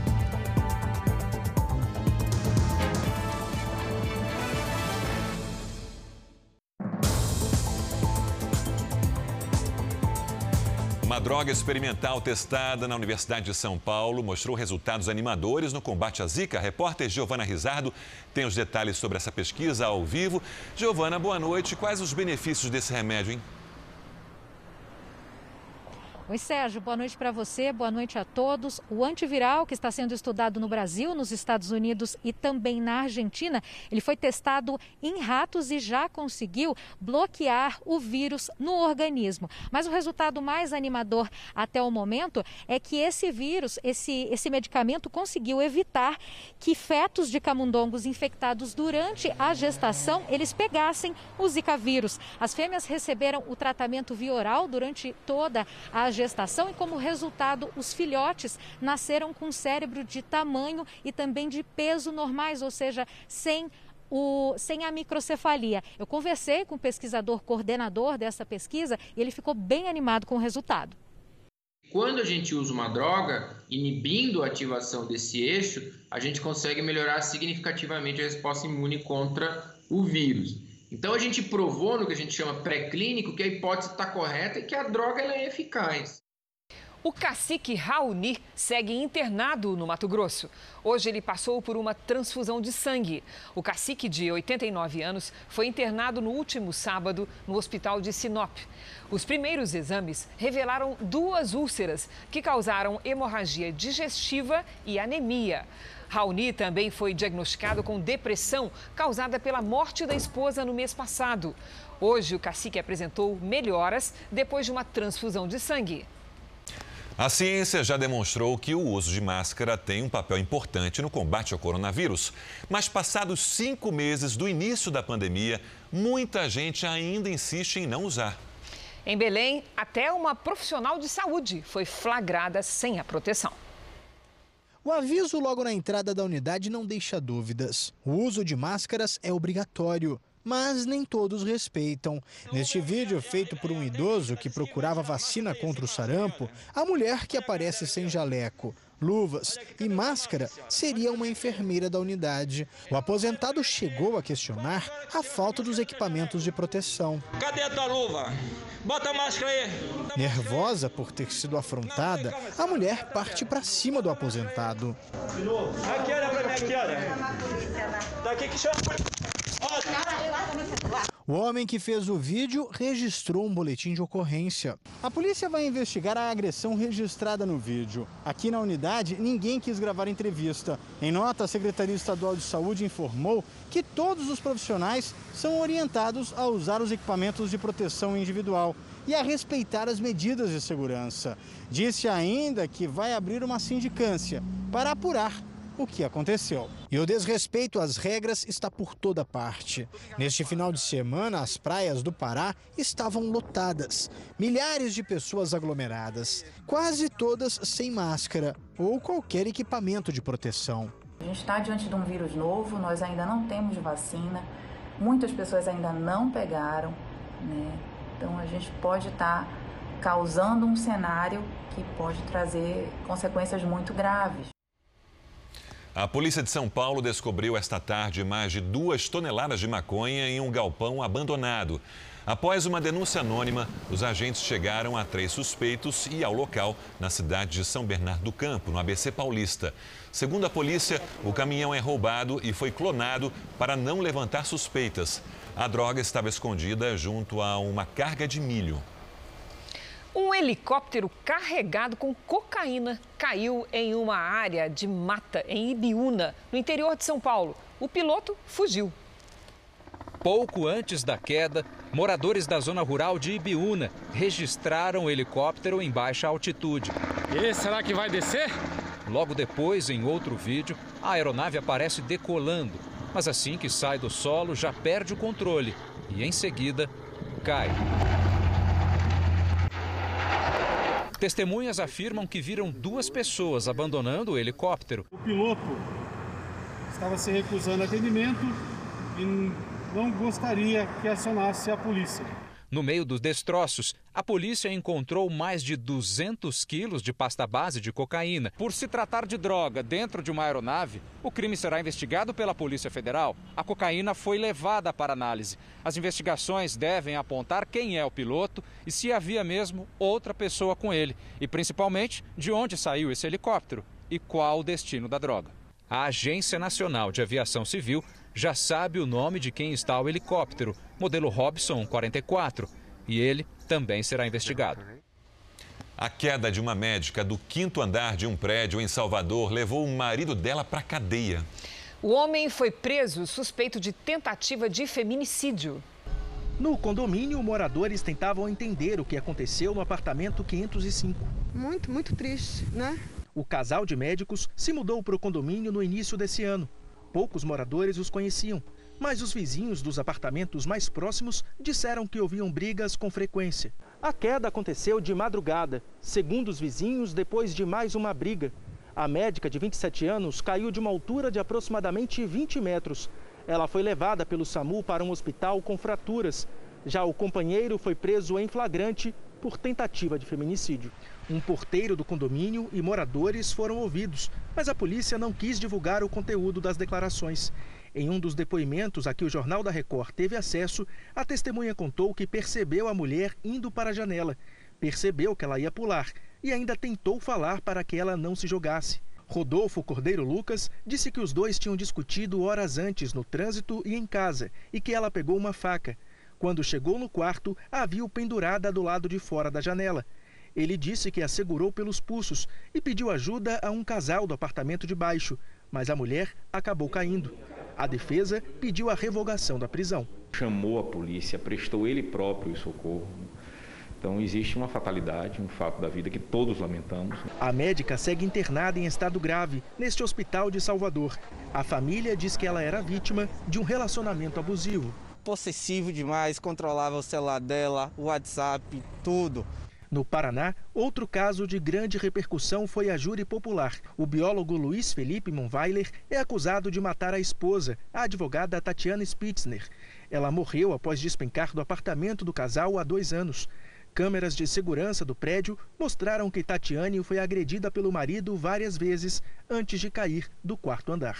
Uma droga experimental testada na Universidade de São Paulo mostrou resultados animadores no combate à Zika. A repórter Giovana Rizardo tem os detalhes sobre essa pesquisa ao vivo. Giovana, boa noite. Quais os benefícios desse remédio, hein? Oi, Sérgio, boa noite para você, boa noite a todos. O antiviral que está sendo estudado no Brasil, nos Estados Unidos e também na Argentina, ele foi testado em ratos e já conseguiu bloquear o vírus no organismo. Mas o resultado mais animador até o momento é que esse vírus, esse, esse medicamento conseguiu evitar que fetos de camundongos infectados durante a gestação, eles pegassem o Zika vírus. As fêmeas receberam o tratamento via oral durante toda a gestação e, como resultado, os filhotes nasceram com cérebro de tamanho e também de peso normais, ou seja, sem O, sem a microcefalia. Eu conversei com o pesquisador coordenador dessa pesquisa e ele ficou bem animado com o resultado. Quando a gente usa uma droga, inibindo a ativação desse eixo, a gente consegue melhorar significativamente a resposta imune contra o vírus. Então a gente provou no que a gente chama pré-clínico que a hipótese está correta e que a droga ela é eficaz. O cacique Raoni segue internado no Mato Grosso. Hoje ele passou por uma transfusão de sangue. O cacique, de oitenta e nove anos, foi internado no último sábado no hospital de Sinop. Os primeiros exames revelaram duas úlceras que causaram hemorragia digestiva e anemia. Raoni também foi diagnosticado com depressão causada pela morte da esposa no mês passado. Hoje o cacique apresentou melhoras depois de uma transfusão de sangue. A ciência já demonstrou que o uso de máscara tem um papel importante no combate ao coronavírus. Mas passados cinco meses do início da pandemia, muita gente ainda insiste em não usar. Em Belém, até uma profissional de saúde foi flagrada sem a proteção. O aviso logo na entrada da unidade não deixa dúvidas. O uso de máscaras é obrigatório, mas nem todos respeitam. Neste vídeo, feito por um idoso que procurava vacina contra o sarampo, a mulher que aparece sem jaleco, luvas e máscara seria uma enfermeira da unidade. O aposentado chegou a questionar a falta dos equipamentos de proteção. Cadê a tua luva? Bota a máscara aí. Nervosa por ter sido afrontada, a mulher parte para cima do aposentado. Aqui, olha pra mim, aqui, olha. Tá aqui que chama. O homem que fez o vídeo registrou um boletim de ocorrência. A polícia vai investigar a agressão registrada no vídeo. Aqui na unidade, ninguém quis gravar entrevista. Em nota, a Secretaria Estadual de Saúde informou que todos os profissionais são orientados a usar os equipamentos de proteção individual e a respeitar as medidas de segurança. Disse ainda que vai abrir uma sindicância para apurar o que aconteceu. E o desrespeito às regras está por toda parte. Neste final de semana, as praias do Pará estavam lotadas. Milhares de pessoas aglomeradas, quase todas sem máscara ou qualquer equipamento de proteção. A gente está diante de um vírus novo, nós ainda não temos vacina, muitas pessoas ainda não pegaram, né? Então a gente pode estar causando um cenário que pode trazer consequências muito graves. A polícia de São Paulo descobriu esta tarde mais de duas toneladas de maconha em um galpão abandonado. Após uma denúncia anônima, os agentes chegaram a três suspeitos e ao local, na cidade de São Bernardo do Campo, no A B C Paulista. Segundo a polícia, o caminhão é roubado e foi clonado para não levantar suspeitas. A droga estava escondida junto a uma carga de milho. Um helicóptero carregado com cocaína caiu em uma área de mata em Ibiúna, no interior de São Paulo. O piloto fugiu. Pouco antes da queda, moradores da zona rural de Ibiúna registraram o helicóptero em baixa altitude. E será que vai descer? Logo depois, em outro vídeo, a aeronave aparece decolando, mas assim que sai do solo já perde o controle e em seguida cai. Testemunhas afirmam que viram duas pessoas abandonando o helicóptero. O piloto estava se recusando atendimento e não gostaria que acionasse a polícia. No meio dos destroços, a polícia encontrou mais de duzentos quilos de pasta base de cocaína. Por se tratar de droga dentro de uma aeronave, o crime será investigado pela Polícia Federal. A cocaína foi levada para análise. As investigações devem apontar quem é o piloto e se havia mesmo outra pessoa com ele. E principalmente, de onde saiu esse helicóptero e qual o destino da droga. A Agência Nacional de Aviação Civil já sabe o nome de quem está o helicóptero, modelo Robson quarenta e quatro, e ele também será investigado. A queda de uma médica do quinto andar de um prédio em Salvador levou o marido dela para a cadeia. O homem foi preso suspeito de tentativa de feminicídio. No condomínio, moradores tentavam entender o que aconteceu no apartamento quinhentos e cinco. Muito, muito triste, né? O casal de médicos se mudou para o condomínio no início desse ano. Poucos moradores os conheciam, mas os vizinhos dos apartamentos mais próximos disseram que ouviam brigas com frequência. A queda aconteceu de madrugada, segundo os vizinhos, depois de mais uma briga. A médica de vinte e sete anos caiu de uma altura de aproximadamente vinte metros. Ela foi levada pelo SAMU para um hospital com fraturas. Já o companheiro foi preso em flagrante por tentativa de feminicídio. Um porteiro do condomínio e moradores foram ouvidos, mas a polícia não quis divulgar o conteúdo das declarações. Em um dos depoimentos a que o Jornal da Record teve acesso, a testemunha contou que percebeu a mulher indo para a janela, percebeu que ela ia pular e ainda tentou falar para que ela não se jogasse. Rodolfo Cordeiro Lucas disse que os dois tinham discutido horas antes no trânsito e em casa e que ela pegou uma faca. Quando chegou no quarto, a viu pendurada do lado de fora da janela. Ele disse que a segurou pelos pulsos e pediu ajuda a um casal do apartamento de baixo, mas a mulher acabou caindo. A defesa pediu a revogação da prisão. Chamou a polícia, prestou ele próprio o socorro. Então existe uma fatalidade, um fato da vida que todos lamentamos. A médica segue internada em estado grave neste hospital de Salvador. A família diz que ela era vítima de um relacionamento abusivo. Possessivo demais, controlava o celular dela, o WhatsApp, tudo. No Paraná, outro caso de grande repercussão foi a júri popular. O biólogo Luiz Felipe Monweiler é acusado de matar a esposa, a advogada Tatiana Spitzner. Ela morreu após despencar do apartamento do casal há dois anos. Câmeras de segurança do prédio mostraram que Tatiane foi agredida pelo marido várias vezes antes de cair do quarto andar.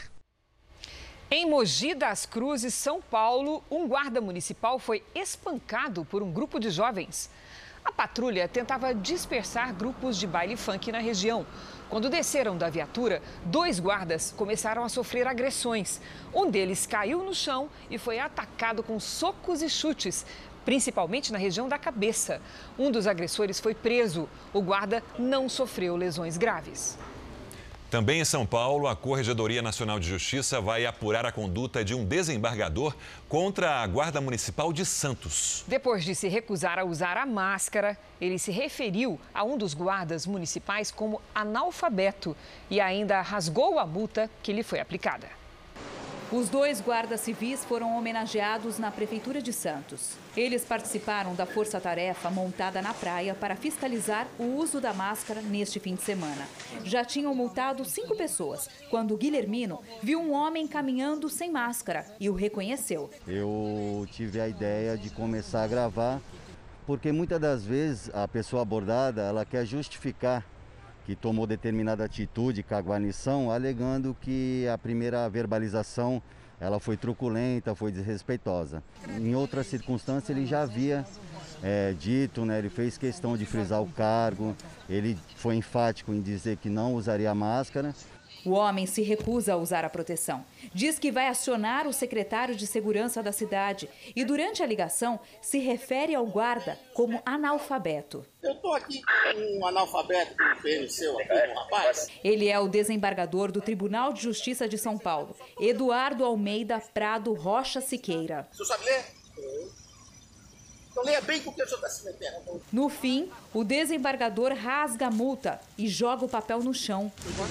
Em Mogi das Cruzes, São Paulo, um guarda municipal foi espancado por um grupo de jovens. A patrulha tentava dispersar grupos de baile funk na região. Quando desceram da viatura, dois guardas começaram a sofrer agressões. Um deles caiu no chão e foi atacado com socos e chutes, principalmente na região da cabeça. Um dos agressores foi preso. O guarda não sofreu lesões graves. Também em São Paulo, a Corregedoria Nacional de Justiça vai apurar a conduta de um desembargador contra a Guarda Municipal de Santos. Depois de se recusar a usar a máscara, ele se referiu a um dos guardas municipais como analfabeto e ainda rasgou a multa que lhe foi aplicada. Os dois guardas civis foram homenageados na Prefeitura de Santos. Eles participaram da força-tarefa montada na praia para fiscalizar o uso da máscara neste fim de semana. Já tinham multado cinco pessoas, quando Guilhermino viu um homem caminhando sem máscara e o reconheceu. Eu tive a ideia de começar a gravar, porque muitas das vezes a pessoa abordada ela quer justificar que tomou determinada atitude com a guarnição, alegando que a primeira verbalização ela foi truculenta, foi desrespeitosa. Em outras circunstâncias ele já havia é, dito, né, ele fez questão de frisar o cargo, ele foi enfático em dizer que não usaria máscara. O homem se recusa a usar a proteção. Diz que vai acionar o secretário de segurança da cidade e, durante a ligação, se refere ao guarda como analfabeto. Eu estou aqui com um analfabeto que conheceu aqui, um rapaz. Ele é o desembargador do Tribunal de Justiça de São Paulo, Eduardo Almeida Prado Rocha Siqueira. O senhor sabe ler? Então leia bem com o que o senhor está se metendo. No fim, o desembargador rasga a multa e joga o papel no chão.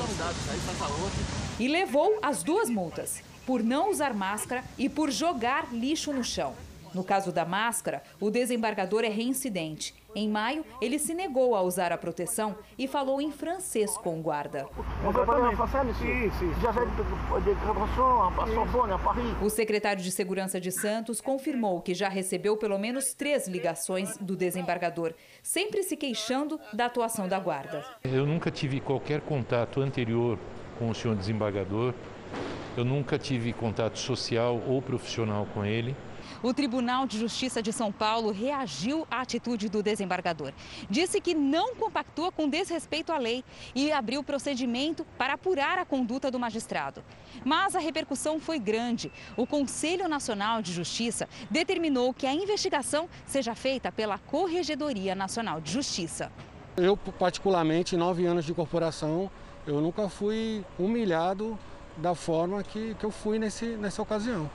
E levou as duas multas, por não usar máscara e por jogar lixo no chão. No caso da máscara, o desembargador é reincidente. Em maio, ele se negou a usar a proteção e falou em francês com o guarda. O secretário de Segurança de Santos confirmou que já recebeu pelo menos três ligações do desembargador, sempre se queixando da atuação da guarda. Eu nunca tive qualquer contato anterior com o senhor desembargador, eu nunca tive contato social ou profissional com ele. O Tribunal de Justiça de São Paulo reagiu à atitude do desembargador. Disse que não compactua com desrespeito à lei e abriu procedimento para apurar a conduta do magistrado. Mas a repercussão foi grande. O Conselho Nacional de Justiça determinou que a investigação seja feita pela Corregedoria Nacional de Justiça. Eu, particularmente, em nove anos de corporação, eu nunca fui humilhado da forma que, que eu fui nesse, nessa ocasião.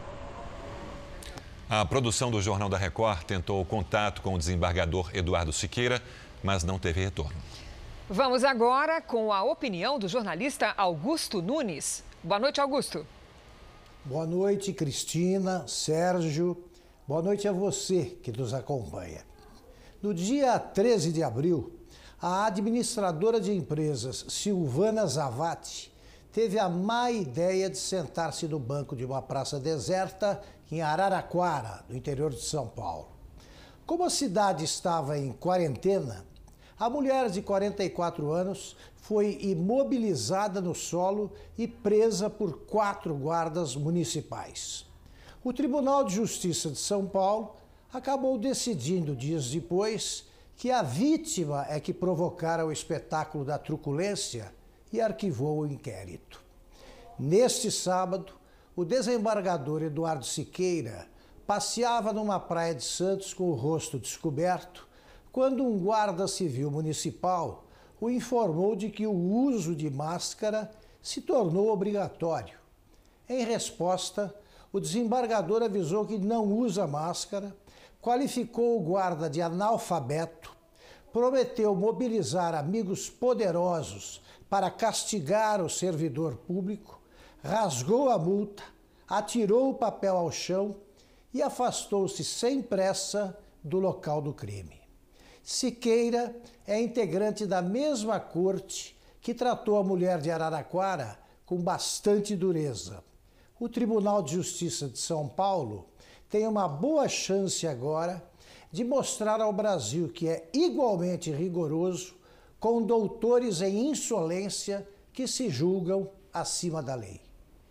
A produção do Jornal da Record tentou contato com o desembargador Eduardo Siqueira, mas não teve retorno. Vamos agora com a opinião do jornalista Augusto Nunes. Boa noite, Augusto. Boa noite, Cristina, Sérgio. Boa noite a você que nos acompanha. No dia treze de abril, a administradora de empresas Silvana Zavatti teve a má ideia de sentar-se no banco de uma praça deserta em Araraquara, no interior de São Paulo. Como a cidade estava em quarentena, a mulher de quarenta e quatro anos foi imobilizada no solo e presa por quatro guardas municipais. O Tribunal de Justiça de São Paulo acabou decidindo, dias depois, que a vítima é que provocara o espetáculo da truculência e arquivou o inquérito. Neste sábado, o desembargador Eduardo Siqueira passeava numa praia de Santos com o rosto descoberto quando um guarda civil municipal o informou de que o uso de máscara se tornou obrigatório. Em resposta, o desembargador avisou que não usa máscara, qualificou o guarda de analfabeto, prometeu mobilizar amigos poderosos para castigar o servidor público, rasgou a multa, atirou o papel ao chão e afastou-se sem pressa do local do crime. Siqueira é integrante da mesma corte que tratou a mulher de Araraquara com bastante dureza. O Tribunal de Justiça de São Paulo tem uma boa chance agora de mostrar ao Brasil que é igualmente rigoroso com doutores em insolência que se julgam acima da lei.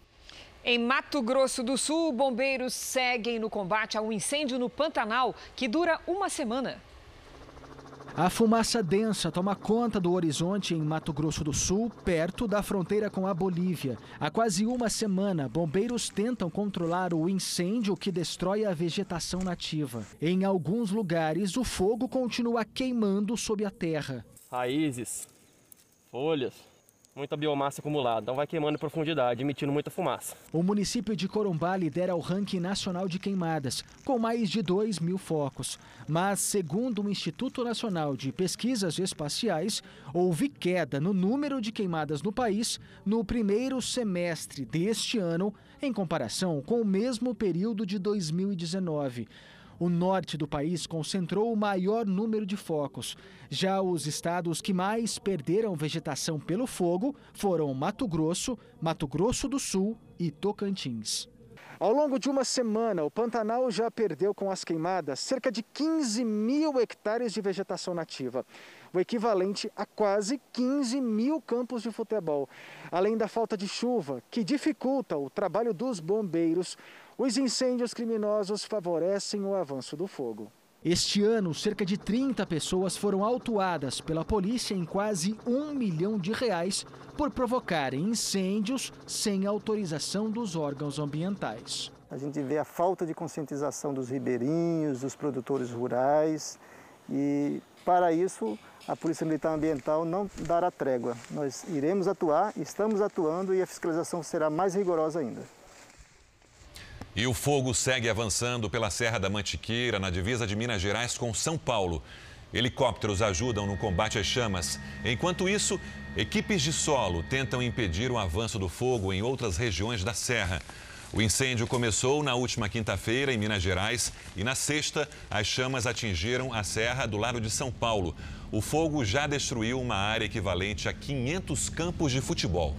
Em Mato Grosso do Sul, bombeiros seguem no combate a um incêndio no Pantanal que dura uma semana. A fumaça densa toma conta do horizonte em Mato Grosso do Sul, perto da fronteira com a Bolívia. Há quase uma semana, bombeiros tentam controlar o incêndio que destrói a vegetação nativa. Em alguns lugares, o fogo continua queimando sob a terra. Raízes, folhas, muita biomassa acumulada, então vai queimando em profundidade, emitindo muita fumaça. O município de Corumbá lidera o ranking nacional de queimadas, com mais de dois mil focos. Mas, segundo o Instituto Nacional de Pesquisas Espaciais, houve queda no número de queimadas no país no primeiro semestre deste ano, em comparação com o mesmo período de dois mil e dezenove. O norte do país concentrou o maior número de focos. Já os estados que mais perderam vegetação pelo fogo foram Mato Grosso, Mato Grosso do Sul e Tocantins. Ao longo de uma semana, o Pantanal já perdeu com as queimadas cerca de quinze mil hectares de vegetação nativa, o equivalente a quase quinze mil campos de futebol. Além da falta de chuva, que dificulta o trabalho dos bombeiros, os incêndios criminosos favorecem o avanço do fogo. Este ano, cerca de trinta pessoas foram autuadas pela polícia em quase um milhão de reais por provocarem incêndios sem autorização dos órgãos ambientais. A gente vê a falta de conscientização dos ribeirinhos, dos produtores rurais e, para isso, a Polícia Militar Ambiental não dará trégua. Nós iremos atuar, estamos atuando e a fiscalização será mais rigorosa ainda. E o fogo segue avançando pela Serra da Mantiqueira, na divisa de Minas Gerais com São Paulo. Helicópteros ajudam no combate às chamas. Enquanto isso, equipes de solo tentam impedir o avanço do fogo em outras regiões da serra. O incêndio começou na última quinta-feira em Minas Gerais e na sexta as chamas atingiram a serra do lado de São Paulo. O fogo já destruiu uma área equivalente a quinhentos campos de futebol.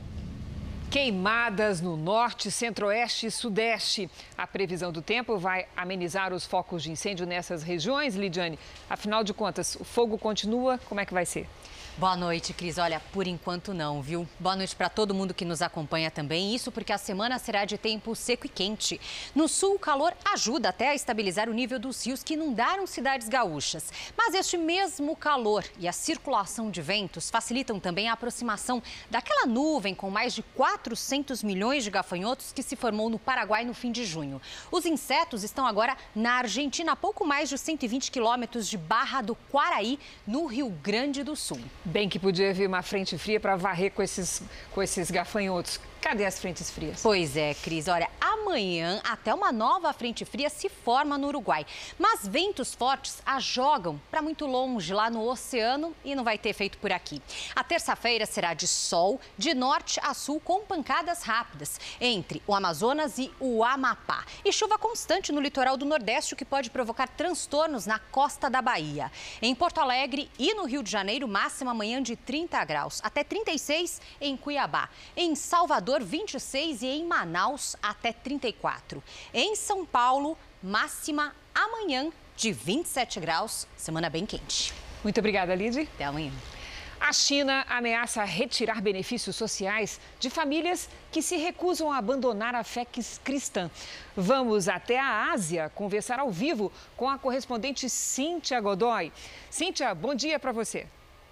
Queimadas no norte, centro-oeste e sudeste. A previsão do tempo vai amenizar os focos de incêndio nessas regiões, Lidiane? Afinal de contas, o fogo continua? Como é que vai ser? Boa noite, Cris. Olha, por enquanto não, viu? Boa noite para todo mundo que nos acompanha também. Isso porque a semana será de tempo seco e quente. No sul, o calor ajuda até a estabilizar o nível dos rios que inundaram cidades gaúchas. Mas este mesmo calor e a circulação de ventos facilitam também a aproximação daquela nuvem com mais de quatrocentos milhões de gafanhotos que se formou no Paraguai no fim de junho. Os insetos estão agora na Argentina, a pouco mais de cento e vinte quilômetros de Barra do Quaraí, no Rio Grande do Sul. Bem que podia vir uma frente fria para varrer com esses, com esses gafanhotos. Cadê as frentes frias? Pois é, Cris. Olha, amanhã até uma nova frente fria se forma no Uruguai. Mas ventos fortes a jogam para muito longe, lá no oceano, e não vai ter efeito por aqui. A terça-feira será de sol, de norte a sul, com pancadas rápidas entre o Amazonas e o Amapá. E chuva constante no litoral do Nordeste, o que pode provocar transtornos na costa da Bahia. Em Porto Alegre e no Rio de Janeiro, máxima amanhã de trinta graus, até trinta e seis em Cuiabá. Em Salvador, vinte e seis e em Manaus até trinta e quatro. Em São Paulo, máxima amanhã de vinte e sete graus, semana bem quente. Muito obrigada, Lidy. Até amanhã. A China ameaça retirar benefícios sociais de famílias que se recusam a abandonar a fé cristã. Vamos até a Ásia conversar ao vivo com a correspondente Cíntia Godoy. Cíntia, bom dia para você.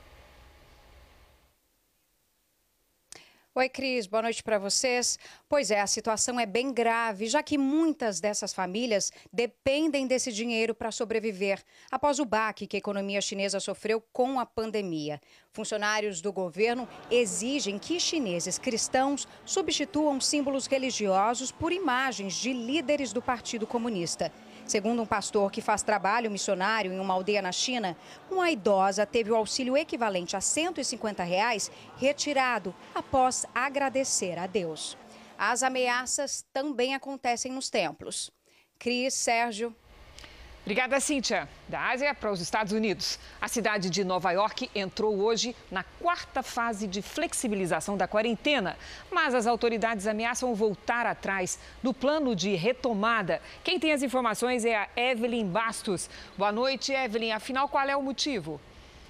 Oi, Cris, boa noite para vocês. Pois é, a situação é bem grave, já que muitas dessas famílias dependem desse dinheiro para sobreviver após o baque que a economia chinesa sofreu com a pandemia. Funcionários do governo exigem que chineses cristãos substituam símbolos religiosos por imagens de líderes do Partido Comunista. Segundo um pastor que faz trabalho missionário em uma aldeia na China, uma idosa teve o auxílio equivalente a cento e cinquenta reais retirado após agradecer a Deus. As ameaças também acontecem nos templos. Cris, Sérgio. Obrigada, Cíntia. Da Ásia para os Estados Unidos. A cidade de Nova York entrou hoje na quarta fase de flexibilização da quarentena. Mas as autoridades ameaçam voltar atrás no plano de retomada. Quem tem as informações é a Evelyn Bastos. Boa noite, Evelyn. Afinal, qual é o motivo?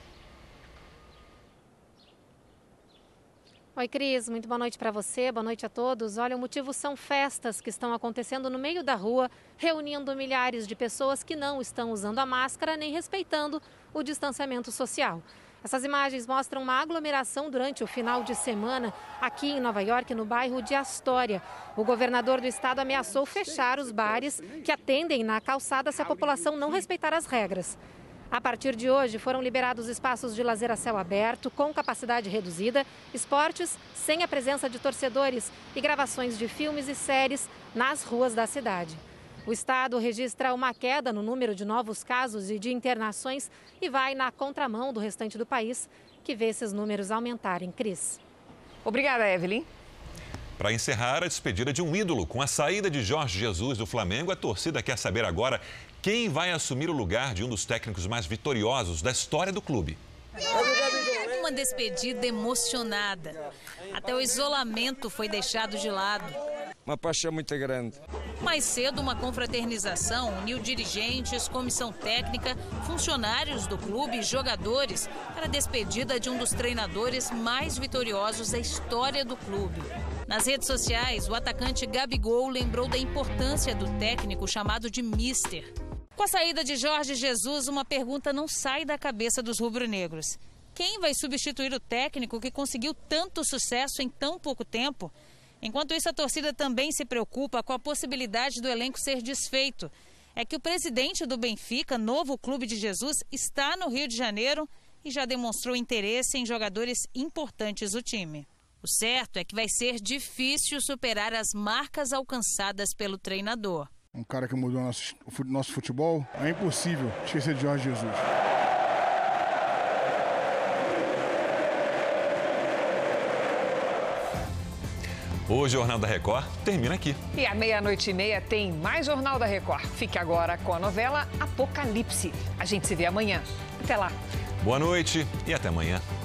Oi, Cris. Muito boa noite para você, boa noite a todos. Olha, o motivo são festas que estão acontecendo no meio da rua, reunindo milhares de pessoas que não estão usando a máscara nem respeitando o distanciamento social. Essas imagens mostram uma aglomeração durante o final de semana aqui em Nova York, no bairro de Astoria. O governador do estado ameaçou fechar os bares que atendem na calçada se a população não respeitar as regras. A partir de hoje, foram liberados espaços de lazer a céu aberto, com capacidade reduzida, esportes sem a presença de torcedores e gravações de filmes e séries nas ruas da cidade. O estado registra uma queda no número de novos casos e de internações e vai na contramão do restante do país, que vê esses números aumentarem. Cris. Obrigada, Evelyn. Para encerrar a despedida de um ídolo, com a saída de Jorge Jesus do Flamengo, a torcida quer saber agora quem vai assumir o lugar de um dos técnicos mais vitoriosos da história do clube. Uma despedida emocionada. Até o isolamento foi deixado de lado. uma paixão muito grande. Mais cedo, uma confraternização uniu dirigentes, comissão técnica, funcionários do clube e jogadores para a despedida de um dos treinadores mais vitoriosos da história do clube. Nas redes sociais, o atacante Gabigol lembrou da importância do técnico chamado de Mister. Com a saída de Jorge Jesus, uma pergunta não sai da cabeça dos rubro-negros. Quem vai substituir o técnico que conseguiu tanto sucesso em tão pouco tempo? Enquanto isso, a torcida também se preocupa com a possibilidade do elenco ser desfeito. É que o presidente do Benfica, novo clube de Jesus, está no Rio de Janeiro e já demonstrou interesse em jogadores importantes do time. O certo é que vai ser difícil superar as marcas alcançadas pelo treinador. Um cara que mudou nosso, nosso futebol, é impossível esquecer de Jorge Jesus. O Jornal da Record termina aqui. E à meia-noite e meia tem mais Jornal da Record. Fique agora com a novela Apocalipse. A gente se vê amanhã. Até lá. Boa noite e até amanhã.